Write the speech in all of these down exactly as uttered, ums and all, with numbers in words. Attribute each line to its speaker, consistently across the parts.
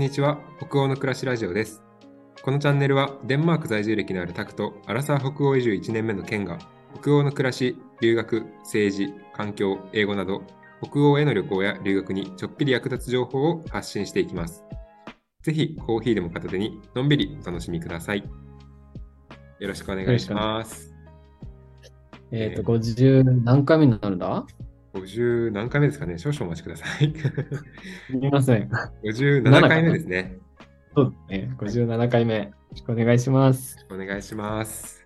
Speaker 1: にちは。北欧の暮らしラジオです。このチャンネルはデンマーク在住歴のあるタクとアラサー北欧移住いちねんめのケンが北欧の暮らし、留学、政治、環境、英語など北欧への旅行や留学にちょっぴり役立つ情報を発信していきます。ぜひコーヒーでも片手にのんびりお楽しみください。よろしくお願いします。
Speaker 2: えっと、ごじゅう何回目になるんだ
Speaker 1: ごじゅう何回目ですかね。少々お待ちください。
Speaker 2: すみません。
Speaker 1: ごじゅうなな
Speaker 2: なな
Speaker 1: 回
Speaker 2: かな
Speaker 1: 目ですね。
Speaker 2: そうですね。
Speaker 1: はい、
Speaker 2: ごじゅうななかいめ。よろしくお願いします。
Speaker 1: お願いします。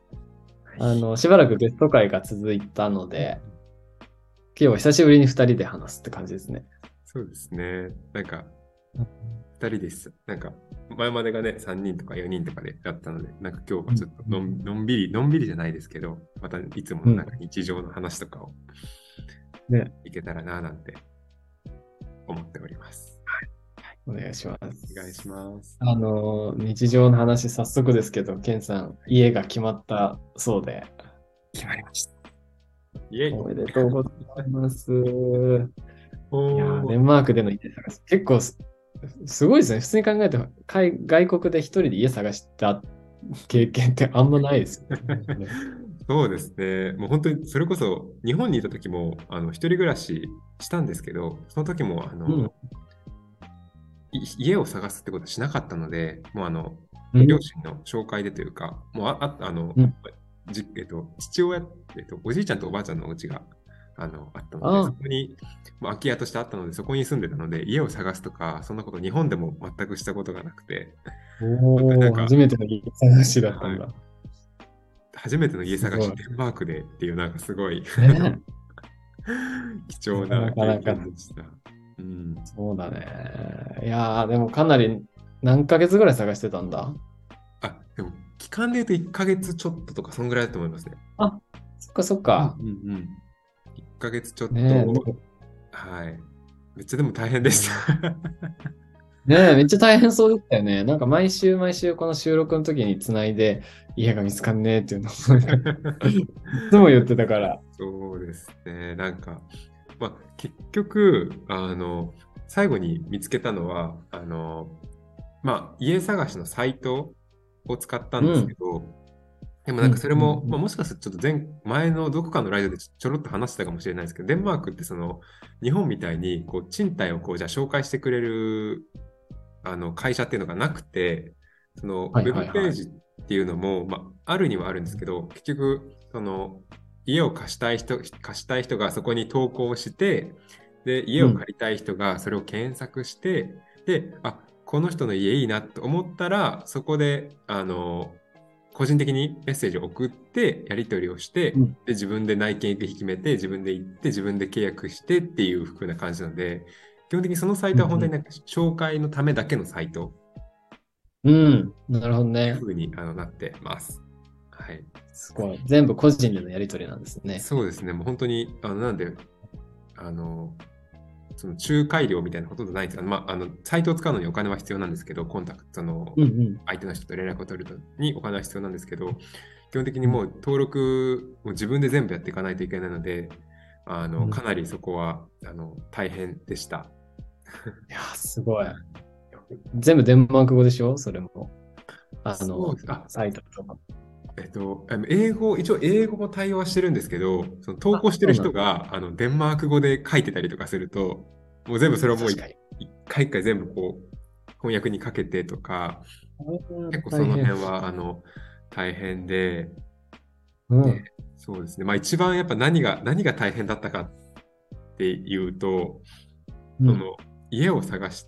Speaker 2: あの、しばらくゲスト会が続いたので、今日は久しぶりにふたりで話すって感じですね。
Speaker 1: そうですね。なんか、ふたりです。なんか、前までがね、さんにんとかよにんとかでやったので、なんか今日はちょっとのん、のんびり、のんびりじゃないですけど、またいつものなんか日常の話とかを
Speaker 2: ね、
Speaker 1: いけたらななんて思っております。
Speaker 2: お願いしま
Speaker 1: お願いし
Speaker 2: す。
Speaker 1: ます。
Speaker 2: あの、日常の話、早速ですけど、ケンさん、家が決まったそうで、
Speaker 1: 決まりました。イェイ。
Speaker 2: おめでとうございます。いやー、デ
Speaker 1: おー。
Speaker 2: ンマークでの家探し、結構す、すごいですね。普通に考えて、海外国で一人で家探した経験ってあんまないですよね。
Speaker 1: そうですね。もう本当にそれこそ日本にいた時もあの一人暮らししたんですけど、その時もあ
Speaker 2: うん。
Speaker 1: のい家を探すってことはしなかったので、もうあの
Speaker 2: うん。
Speaker 1: 両親の紹介でというか、もうあああの、
Speaker 2: うん。
Speaker 1: じえっと、父親、えっと、おじいちゃんとおばあちゃんのお家があのあったので、
Speaker 2: ああ、
Speaker 1: そこにもう空き家としてあったので、そこに住んでたので、家を探すとか、そんなこと日本でも全くしたことがなくて、本当にな
Speaker 2: おお、
Speaker 1: んか、
Speaker 2: 初めての家探しだったん
Speaker 1: はい、
Speaker 2: だ。
Speaker 1: 初めての家探し、
Speaker 2: すごい。
Speaker 1: デンマークでっていう、なんかすごい
Speaker 2: ね
Speaker 1: 貴
Speaker 2: え。なか
Speaker 1: 重な経
Speaker 2: なかなか、
Speaker 1: 験でした。うん。
Speaker 2: そうだね。いやー、でもかなり何ヶ月ぐらい探してたんだ。
Speaker 1: あ、でも、期間で言うといっかげつちょっととか、そんぐらいだと思いますね。
Speaker 2: あ、そっかそっ
Speaker 1: うん
Speaker 2: か。
Speaker 1: うんうん。いっかげつちょっ
Speaker 2: ねえ、で
Speaker 1: と、
Speaker 2: も
Speaker 1: はい。めっちゃでも大変でし
Speaker 2: うん、
Speaker 1: た。
Speaker 2: ねえ、めっちゃ大変そうでしたよね。なんか毎週毎週この収録の時につないで家が見つかんねえっていうのをなんかいつも言ってたから。
Speaker 1: そうですね。なんか、まあ、結局、あの、最後に見つけたのは、あの、まあ、家探しのサイトを使ったんですけ
Speaker 2: うん。
Speaker 1: ど、でもなんか
Speaker 2: うん。
Speaker 1: それも、
Speaker 2: うん。
Speaker 1: まあ、もしかするとちょっと前、前のどこかのライドでちょちょろっと話したかもしれないですけど、デンマークってその日本みたいにこう賃貸をこうじゃあ紹介してくれるあの会社っていうのがなくて、その
Speaker 2: はい
Speaker 1: ウェ
Speaker 2: はいはい。
Speaker 1: ブページっていうのも、まあ、あるにはあるんですけど、結局その家を貸したい人、貸したい人がそこに投稿して、で、家
Speaker 2: うん。
Speaker 1: を借りたい人がそれを検索して、で、あ、この人の家いいなと思ったら、そこで、あの、個人的にメッセージを送って、やり取りをして、
Speaker 2: うん。
Speaker 1: で、自分で内見行って決めて、自分で行って、自分で契約してっていう風な感じなので、基本的にそのサイトは本当に
Speaker 2: うん。
Speaker 1: なんか紹介のためだけのサイト
Speaker 2: うん。なるほどね。
Speaker 1: っていう風にあのなってます。はい。
Speaker 2: すごい。全部個人でのやり取りなんですね。
Speaker 1: そうですね。もう本当に、あの、なんで、あの、その仲介料みたいなほとんどないんですが、まあ、あの、サイトを使うのにお金は必要なんですけど、コンタクト、その、
Speaker 2: うんうん。
Speaker 1: 相手の人と連絡を取るのにお金は必要なんですけど、基本的に
Speaker 2: うん。
Speaker 1: もう登録を自分で全部やっていかないといけないので、あの、
Speaker 2: うん。い
Speaker 1: かなりそこは、あの、大変でした。
Speaker 2: やー、すごい。全部デンマーク語でしょそれも。あの、
Speaker 1: そうです。あ、
Speaker 2: サイトとか。
Speaker 1: えっと、あの英語、一応英語も対応はしてるんですけど、その投
Speaker 2: あ、
Speaker 1: 稿してる
Speaker 2: そうなんだ。
Speaker 1: 人があのデンマーク語で書いてたりとかすると、もう全部それをもうい
Speaker 2: 確かに。
Speaker 1: 一回一回全部こう翻訳にかけてとか、結構その
Speaker 2: 大変。
Speaker 1: 辺はあの大変で、で、
Speaker 2: うん。
Speaker 1: そうですね。まあ一番やっぱ何が、何が大変だったかっていうと、
Speaker 2: うん。
Speaker 1: その家を探して、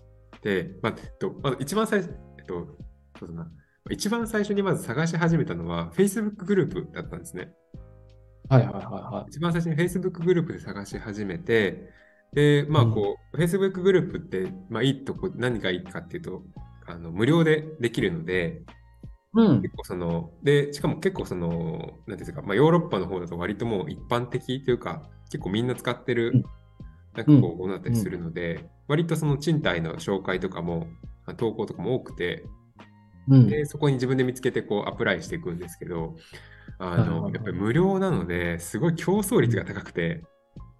Speaker 1: まあ、えっと、まず一番最初、えっと、そうだな。一番最初にまず探し始めたのは Facebook グループだったんですね。
Speaker 2: はいはいはいは
Speaker 1: 一番最初に Facebook グループで探し始めて、で、ま
Speaker 2: い。
Speaker 1: あ、
Speaker 2: うん。
Speaker 1: こう、Facebook グループって、まあ、いいとこ、何がいいかっていうと、あの、無料でできるので、
Speaker 2: うん。
Speaker 1: 結構その、で、しかも結構その、なんていうんですか、まあ、ヨーロッパの方だと割ともう一般的というか、結構みんな使って
Speaker 2: うん。
Speaker 1: る、なん
Speaker 2: うん。
Speaker 1: かこう、ものだったりす
Speaker 2: うん。
Speaker 1: るので、割とその賃貸の紹介とかも、あ投稿とかも多くて、
Speaker 2: うん。
Speaker 1: で、そこに自分で見つけてこう、アプライしていくんですけど、あ
Speaker 2: はいはい
Speaker 1: の、やっぱり
Speaker 2: はい。
Speaker 1: 無料なので、すごい競争率が
Speaker 2: うん。
Speaker 1: 高くて、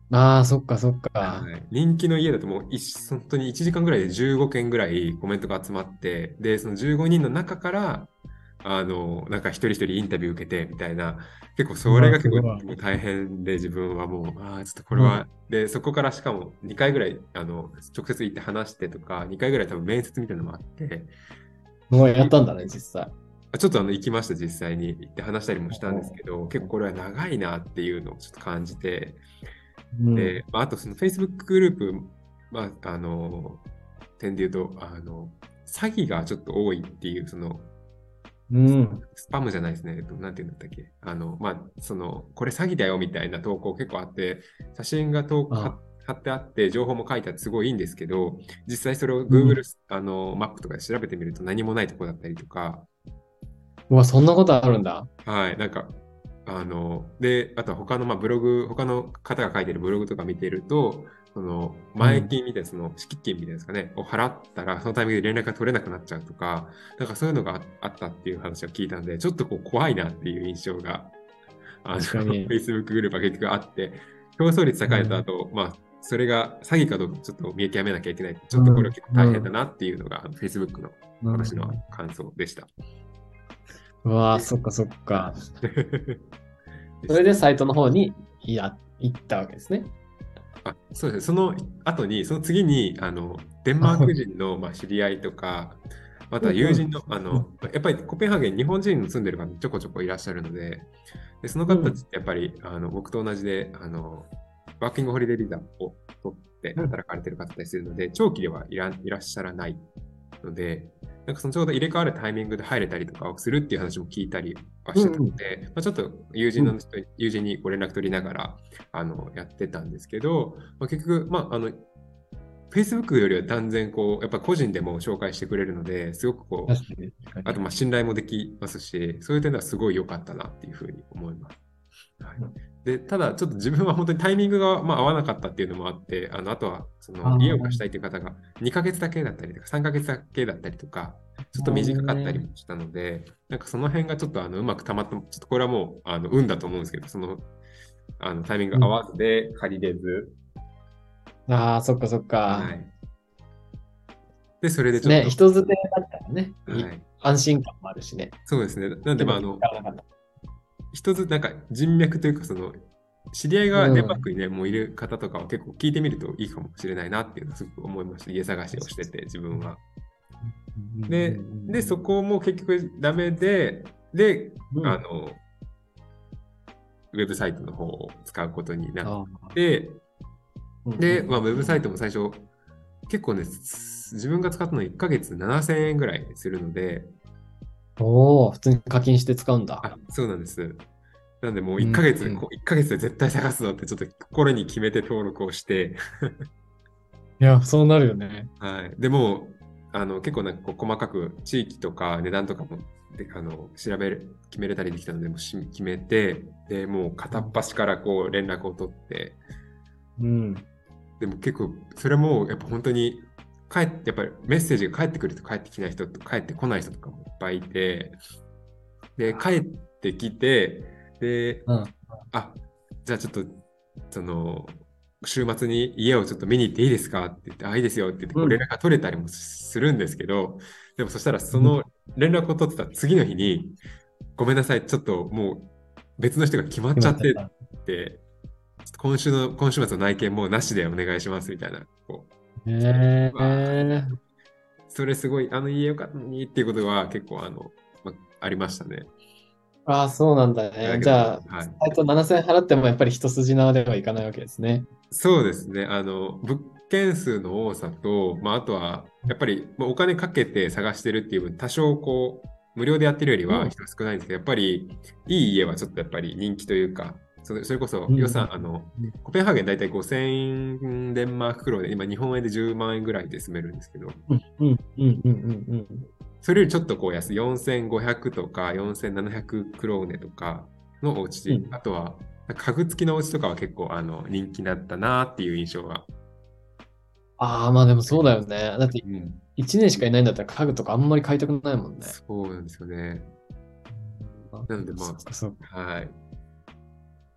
Speaker 2: ああ、そっかそっか。
Speaker 1: はい、人気の家だともう一本当にいちじかんぐらいでじゅうごけんぐらいコメントが集まって、で、そのじゅうごにんの中から、あの、なんか一人一人インタビュー受けてみたいな、結構そ
Speaker 2: うわ、
Speaker 1: れが結構
Speaker 2: すごい。
Speaker 1: もう大変で自分はもう、ああ、ちょっとこれ
Speaker 2: うん。
Speaker 1: は、で、そこからしかもにかいぐらい、あの、直接行って話してとか、にかいぐらい多分面接みたいなのもあって、
Speaker 2: もうやったんだね、実際。
Speaker 1: あちょっとあの行きました、実際に行って話したりもしたんですけ
Speaker 2: お
Speaker 1: ど、結構これは長いなっていうのをちょっと感じて、
Speaker 2: うん。
Speaker 1: で、まあ、あとその Facebook グループ、まあ、あの、点で言うと、あの、詐欺がちょっと多いっていう、その、
Speaker 2: うん。
Speaker 1: スパムじゃないですね。えっとなんて言うんだったっけ。あの、まあ、その、これ詐欺だよみたいな投稿結構あって、写真がと貼
Speaker 2: あ、
Speaker 1: 貼ってあって、情報も書いてあってすごいいいんですけど、実際それを
Speaker 2: う
Speaker 1: Google
Speaker 2: ん。
Speaker 1: あのマップとかで調べてみると何もないところだったりとか、
Speaker 2: うわ、そんなことあるんだ。
Speaker 1: はい、なんか、あの、で、あとは他の、まあ、ブログ、他の方が書いてるブログとか見てると、その、前
Speaker 2: うん。
Speaker 1: 金みたいな、その、敷金みたいなですかね、を払ったら、そのタイミングで連絡が取れなくなっちゃうとか、なんかそういうのがああったっていう話を聞いたんで、ちょっとこう怖いなっていう印象が、あの、
Speaker 2: 確かに。
Speaker 1: Facebook グループは結局あって、競争率高いと、あ
Speaker 2: うん。
Speaker 1: と、まあ、それが詐欺かどうかちょっと見極めなきゃいけない。ちょっとこれは
Speaker 2: うん。
Speaker 1: 結構大変だ
Speaker 2: うん。
Speaker 1: なっていうのが、あの Facebook の
Speaker 2: う
Speaker 1: 私の
Speaker 2: ん。
Speaker 1: 感想でした。
Speaker 2: うわ、そっかそっか。
Speaker 1: はい。で
Speaker 2: それ
Speaker 1: すね。
Speaker 2: でサイトの方にや行ったわけですね。
Speaker 1: あ、そうですね。その後に、その次に、あの、デンマーク人の、まあ、知り合いとか、また
Speaker 2: うんうん。
Speaker 1: 友人の、あの、やっぱりコペンハーゲン、日本人の住んでる方ちょこちょこいらっしゃるので、で、その
Speaker 2: うん。
Speaker 1: 方たちってやっぱり、あの、僕と同じで、あの、ワーキングホリデービザを取って
Speaker 2: うん。
Speaker 1: 働かれてる方たちするので、長期ではいらいらっしゃらないので、なんかそのちょうど入れ替わるタイミングで入れたりとかをするっていう話も聞いたりはしてたの
Speaker 2: うん。
Speaker 1: で、まあ、ちょっと友
Speaker 2: うん。
Speaker 1: 人の人、友人にご連絡取りながら、あの、やってたんですけど、まあ、結局、まあ、あの、Facebook よりは断然こう、やっぱ個人でも紹介してくれるので、すごくこう、
Speaker 2: 確かに、確かに。
Speaker 1: あとまあ信頼もできますし、そういう点ではすごい良かったなっていうふうに思います。はい、で、ただ、ちょっと自分は本当にタイミングが、まあ、合わなかったっていうのもあって、あのあとはそ
Speaker 2: あ
Speaker 1: の家を貸したい
Speaker 2: あ、
Speaker 1: という方がにかげつだけだったりとか、さんかげつだけだったりとか、ちょっと
Speaker 2: なるほど
Speaker 1: 短かったり
Speaker 2: ね。
Speaker 1: もしたので、なんかその辺がちょっとあのうまくたまった、ちょっとこれはもうあの運だと思うんですけど、そのあのタイミング
Speaker 2: うん。
Speaker 1: 合わずで借りれず、
Speaker 2: ああ、そっかそっか。
Speaker 1: はい。で、それでちょっ
Speaker 2: ね、
Speaker 1: と、
Speaker 2: 人づてだったらね、い
Speaker 1: はい。
Speaker 2: 安心感もあるしね。
Speaker 1: そうですね。なんで、まあ、あ
Speaker 2: けど見つ
Speaker 1: の、
Speaker 2: からなかった。
Speaker 1: 一つ、なんか人脈というか、その、知り合い
Speaker 2: う
Speaker 1: がデンマー
Speaker 2: ん。
Speaker 1: クにね、もういる方とかは結構聞いてみるといいかもしれないなっていうのはすごく思いました。家探しをしてて、自分は。
Speaker 2: うんうん
Speaker 1: で、で、そこも結局ダメで、で、
Speaker 2: うんうん。
Speaker 1: あの、ウェブサイトの方を使うことになっ
Speaker 2: ああ。
Speaker 1: て、
Speaker 2: うんうん
Speaker 1: で、まあ、ウェブサイ
Speaker 2: うん
Speaker 1: トも最初、結構ね、自分が使ったのいっかげつななせんえんぐらいするので、
Speaker 2: おお、普通に課金して使うんだ。
Speaker 1: あ、そうなんです。なんでもう1
Speaker 2: うん
Speaker 1: ヶ月、
Speaker 2: うん。
Speaker 1: こういっかげつで絶対探すのってちょっと心に決めて登録をして、
Speaker 2: いや、そうなるよね。
Speaker 1: はい。でも、あの、結構なんかこう細かく地域とか値段とかもであの調べる、決めれたりできたので、もうし決めて、で、もう片っ端からこう連絡を取って、
Speaker 2: うん。
Speaker 1: でも結構、それもやっぱ本当に、帰って、やっぱりメッセージが返ってくると帰ってきない人と帰ってこない人とかもいっぱいいて、で、帰ってきて、で、
Speaker 2: うん。
Speaker 1: あ、じゃあちょっと、その、週末に家をちょっと見に行っていいですかって言って、あ、いいですよって言って、こ
Speaker 2: うん。
Speaker 1: う連絡が取れたりもするんですけど、でもそしたらそ
Speaker 2: うん。
Speaker 1: の連絡を取ってた次の日に、ごめんなさい、ちょっともう別の人が決まっ
Speaker 2: 決
Speaker 1: ちゃってっ
Speaker 2: まっちゃった。
Speaker 1: て、今週の、今週末の内見もうなしでお願いしますみたいな、こう、来て、
Speaker 2: へ
Speaker 1: うわ
Speaker 2: え。
Speaker 1: それすごい、あの家よかったのにっていうことは結構あの、ま、ありましたね。
Speaker 2: ああ、そうなんだね。
Speaker 1: だけど、
Speaker 2: じゃあ、
Speaker 1: はい。
Speaker 2: サイトななせんえん払ってもやっぱり一筋縄ではいかないわけですね。
Speaker 1: そうですね。あの、物件数の多さと、まあ、あとは、やっぱり、まあ、お金かけて探してるっていう分、多少こう、無料でやってるより
Speaker 2: うん。
Speaker 1: は人少ないんですけど、やっぱり、いい家はちょっとやっぱり人気というか、それ、それこそ予算、
Speaker 2: うん。
Speaker 1: あの、コペンハーゲン大体ごせんデンマーククローで、今日本円でじゅうまん円ぐらいで住めるんですけど、
Speaker 2: うん。うん。うん。うん。うん。うん。
Speaker 1: それよりちょっとこう安い、よんせんごひゃくとかよんせんななひゃくクローネとかのお家、
Speaker 2: うん。
Speaker 1: あとは、家具付きのお家とかは結構あの人気だったなっていう印象が
Speaker 2: ああ、まあでも
Speaker 1: あります。
Speaker 2: そうだよね。だって
Speaker 1: うん。
Speaker 2: いちねんしかいないんだったら家具とかあんまり買いたくないもんね。
Speaker 1: そうなんですよね。
Speaker 2: あ、
Speaker 1: なので、ま
Speaker 2: そっかそっか。
Speaker 1: あ、はい。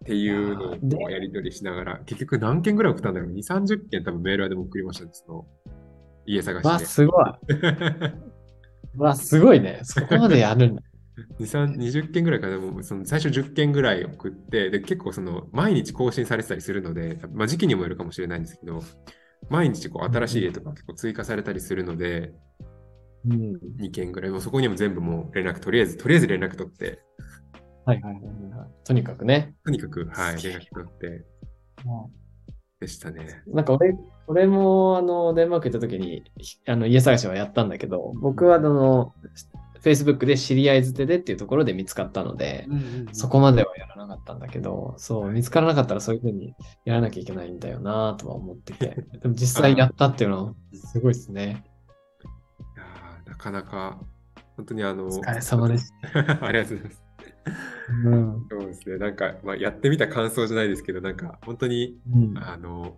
Speaker 1: ていうの
Speaker 2: あーで、
Speaker 1: をやり取りしながら、結局何件ぐらい送ったんだろう？ に、さんじゅっけん多分メールはでも送りましたね、その家探し
Speaker 2: わ、
Speaker 1: で。
Speaker 2: すごい。わ、すごいね。そこまでやるんだ。
Speaker 1: に、さん、にじゅっけんぐらいからでも、その最初じゅっけんぐらい送って、で、結構その毎日更新されてたりするので、まあ時期にもよるかもしれないんですけど、毎日こう新しい家とか結構追加されたりするので、
Speaker 2: うん。
Speaker 1: にけんぐらい、もうそこにも全部もう連絡、とりあえず、とりあえず連絡取って、
Speaker 2: はいはいはいはい。とにかくね。
Speaker 1: とにかく、はい、連絡取って
Speaker 2: う
Speaker 1: でしたね。
Speaker 2: んなんか俺、俺もあの、デンマーク行った時に、ひあの、家探しはやったんだけど、僕はあの、Facebook で知り合い捨てでっていうところで見つかったので、
Speaker 1: うんうんうん。
Speaker 2: そこまではやらなかったんだけど、そう、見つからなかったらそういうふうにやらなきゃいけないんだよなとは思ってて。でも実際や
Speaker 1: あ
Speaker 2: ったっていうのはすごいですね。
Speaker 1: いやーなかなか、本当にあの、
Speaker 2: お疲れ様です。
Speaker 1: ありがとうございます。
Speaker 2: うん。
Speaker 1: そうですね、なんか、まあ、やってみた感想じゃないですけど、なんか、本当に、
Speaker 2: うん。
Speaker 1: あの、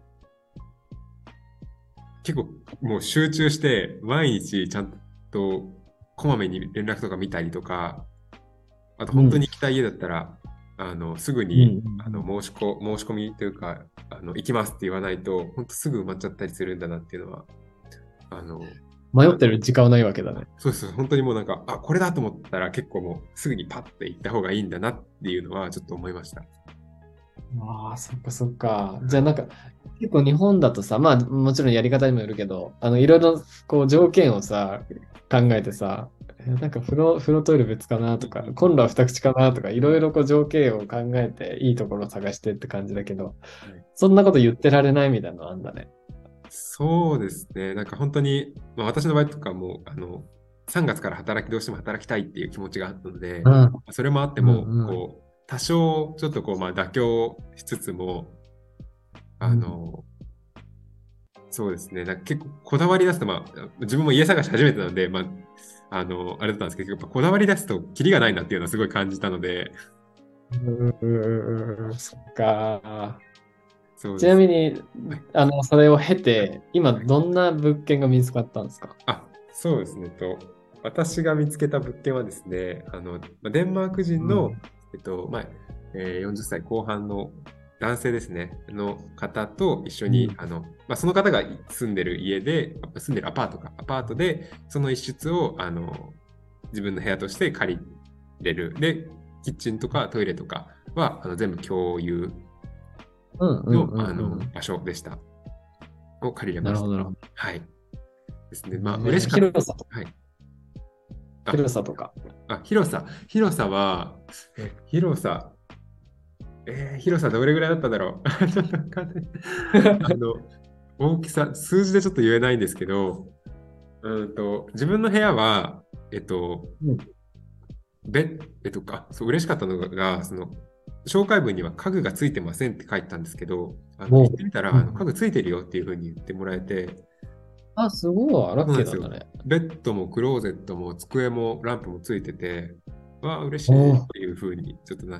Speaker 1: 結構もう集中して、毎日ちゃんとこまめに連絡とか見たりとか、あと
Speaker 2: うん。
Speaker 1: 本当に行きたい家だったら、あのすぐ
Speaker 2: うん。
Speaker 1: にあの
Speaker 2: うん
Speaker 1: 申しこ申し込みというか、あの行きますって言わないと、本当すぐ埋まっちゃったりするんだなっていうのは、あの
Speaker 2: 迷ってる時間はないわけだね。
Speaker 1: そうです、本当にもうなんか、あ、これだと思ったら結構もうすぐにパッて行った方がいいんだなっていうのはちょっと思いました。
Speaker 2: ああ、そっかそっか。じゃあなんか、結構日本だとさ、まあもちろんやり方にもよるけど、あの、いろいろこう条件をさ、考えてさ、えなんか風呂、風呂トイレ別かなとか、コンロは二口かなとか、いろいろこう条件を考えていいところを探してって感じだけど、
Speaker 1: はい、
Speaker 2: そんなこと言ってられないみたいなのあんだね。
Speaker 1: そうですね、なんか本当に、まあ、私の場合とかも、あの、さんがつから働き、どうしても働きたいっていう気持ちがあったので、
Speaker 2: うん。
Speaker 1: それもあって
Speaker 2: うん
Speaker 1: も、
Speaker 2: うん。
Speaker 1: こう、多少ちょっとこう、まあ、妥協しつつも、あ
Speaker 2: うん。
Speaker 1: の、そうですね、なんか結構こだわり出すと、まあ、自分も家探し初めてなので、まあ、あの、あれだったんですけど、やっぱこだわり出すとキリがないなっていうのはすごい感じたので、
Speaker 2: うんうんうん、そっか。ち
Speaker 1: そうです。
Speaker 2: なみに、
Speaker 1: はい。
Speaker 2: あの、それを経て、今どんな物件が見つかったんですか？
Speaker 1: あ、そうですね。と、私が見つけた物件はですね、あの、まあデンマーク人の、
Speaker 2: うん。
Speaker 1: えっと、まあ、えーよんじゅっさいこう半の男性ですね、の方と一緒に、
Speaker 2: うん。
Speaker 1: あの、まあ、その方が住んでる家で、住んでるアパートか、アパートで、その一室を、あの、自分の部屋として借りれる。で、キッチンとかトイレとかは、あの全部共有
Speaker 2: うんうん
Speaker 1: の、あ
Speaker 2: うんうん。
Speaker 1: の場所でした。を借りれました。
Speaker 2: なるほど、なるほど。
Speaker 1: はい。ですね。まあ、嬉
Speaker 2: ね、
Speaker 1: しかった。
Speaker 2: 広さと、
Speaker 1: はい。あ、
Speaker 2: 広さとか。
Speaker 1: あ、広さ。広さは、え広さ、えー広さどれぐらいだっただろう。ちょっとわかんない。あの、大きさ、数字でちょっと言えないんですけど、うんと、自分の部屋は、えっと、
Speaker 2: うん。
Speaker 1: べ、えっと、あ、そう、嬉しかったのが、その、紹介文には家具がついてませんって書いてたんですけど、あの、
Speaker 2: も
Speaker 1: 行ってみたら、あの、家
Speaker 2: う、うん。
Speaker 1: 具ついてるよっていうふうに言ってもらえて、
Speaker 2: あ、すごい。ラッ
Speaker 1: そうなんですよ。
Speaker 2: キーなんだね。
Speaker 1: ベッドもクローゼットも机もランプもついてて、わあ、嬉しいっ
Speaker 2: おー
Speaker 1: ていう風にちょっとなって、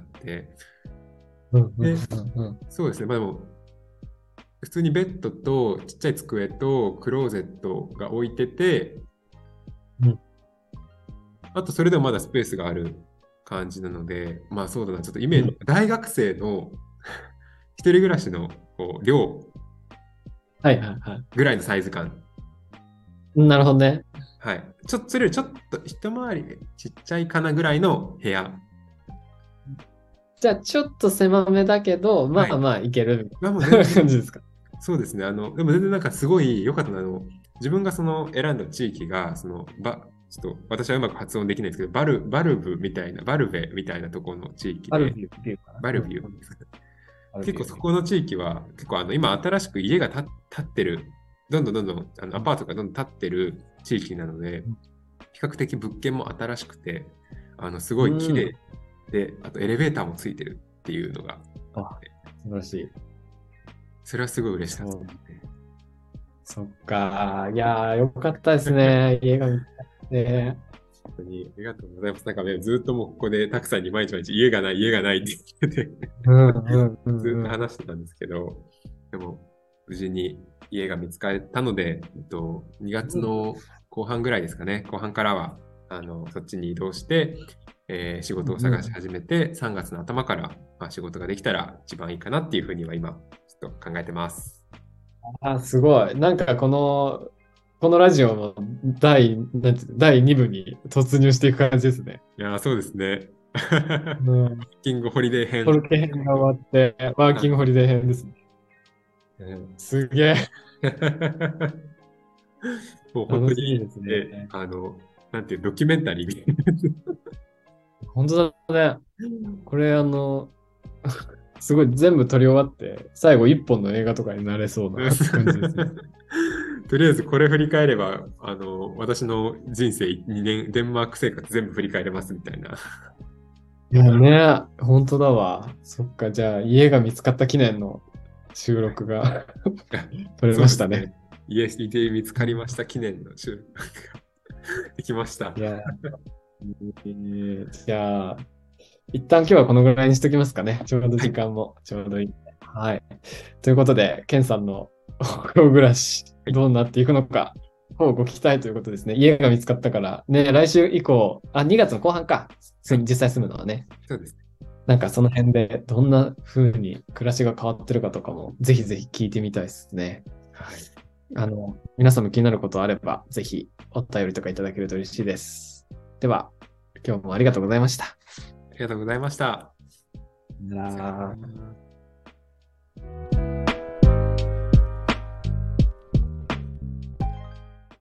Speaker 2: うんうん
Speaker 1: で、
Speaker 2: うんうん。
Speaker 1: そうですね。まあでも、普通にベッドとちっちゃい机とクローゼットが置いてて、
Speaker 2: うん。
Speaker 1: あとそれでもまだスペースがある感じなので、まあそうだな、ちょっとイメージ、
Speaker 2: うん。
Speaker 1: 大学生の一人暮らしのこう寮
Speaker 2: はいはいはい。
Speaker 1: ぐらいのサイズ感。
Speaker 2: なるほどね。
Speaker 1: はい。ちょっと、それよりちょっと一回りちっちゃいかなぐらいの部屋。
Speaker 2: じゃあ、ちょっと狭めだけど、
Speaker 1: はい。
Speaker 2: まあまあ、いける
Speaker 1: まあもう
Speaker 2: みたいな
Speaker 1: 全然
Speaker 2: 感じですか？
Speaker 1: そうですね。あの、でも全然なんかすごい良かったのは、あの、自分がその選んだ地域が、その、ば、ちょっと私はうまく発音できないんですけど、バル、バルブみたいな、バルベみたいなところの地域で、
Speaker 2: アルビューっていうかな。
Speaker 1: バルビュー。
Speaker 2: うんうん。アルビュー。
Speaker 1: 結構そこの地域は、結構あの、今新しく家が建建ってる、どんどんどんどんあのアパートがどんどん建ってる地域なので、比較的物件も新しくて、あの、すご
Speaker 2: う
Speaker 1: い綺
Speaker 2: ん。
Speaker 1: 麗で、あとエレベーターもついてるっていうのがあっ
Speaker 2: あ、
Speaker 1: て、
Speaker 2: 素晴らしい。
Speaker 1: それはすごい嬉しかった
Speaker 2: そう。
Speaker 1: ですね。
Speaker 2: そっか。いやー、よかったですね。家が見つかって。
Speaker 1: 本当にありがとうございます。なんかね、ずっともうここでたくさんに毎日毎日家がない、家がないって言ってて
Speaker 2: うんうんう
Speaker 1: ずっと
Speaker 2: んうん。
Speaker 1: 話してたんですけど、でも無事に家が見つかったので、えっと、にがつ
Speaker 2: うん
Speaker 1: の後半ぐらいですかね、後半からはあのそっちに移動して、 えー仕事を探し始めて、さんがつの頭から、まあ、仕事ができたら一番いいかなっていうふうには今、ちょっと考えてます。
Speaker 2: あ、すごい。なんかこの、このラジオの第、なんていうのだいに部に突入していく感じですね。
Speaker 1: いやー、そうですね。
Speaker 2: うん。
Speaker 1: キングホリデー編。
Speaker 2: コルケ編が終わって、ワーキングホリデー編ですね。
Speaker 1: うん
Speaker 2: すげえ。
Speaker 1: もう本当に、
Speaker 2: 楽しみです
Speaker 1: え、
Speaker 2: ね。
Speaker 1: あの、なんていう、ドキュメンタリーみたいな。
Speaker 2: 本当だね。これあの、すごい全部撮り終わって、最後一本の映画とかになれそうな感じですね。
Speaker 1: とりあえずこれ振り返れば、あの、私の人生にねん、デンマーク生活全部振り返れますみたいな。
Speaker 2: いやね、本当だわ。そっか、じゃあ家が見つかった記念の収録が撮れ
Speaker 1: そう
Speaker 2: ましたね。
Speaker 1: ですね。家で見つかりました記念の収録ができました。
Speaker 2: いや、えーじゃあ、一旦今日はこのぐらいにしときますかね。ちょうど
Speaker 1: はい。
Speaker 2: 時間もちょうどいい。はい。ということで、ケンさんのお風呂暮らし、
Speaker 1: はい。
Speaker 2: どうなっていくのか、をご期待ということですね。家が見つかったから、ね、来週以降、あ、にがつの後半か。
Speaker 1: はい。
Speaker 2: 実際住むのはね。
Speaker 1: そうですね。
Speaker 2: なんかその辺でどんな風に暮らしが変わってるかとかも、ぜひぜひ聞いてみたいですね。
Speaker 1: はい。
Speaker 2: あの、皆さんも気になることあれば、ぜひお便りとかいただけると嬉しいです。では、今日もありがとうございました。
Speaker 1: ありがとうございました。
Speaker 2: な
Speaker 1: さよな
Speaker 2: ら
Speaker 1: ら。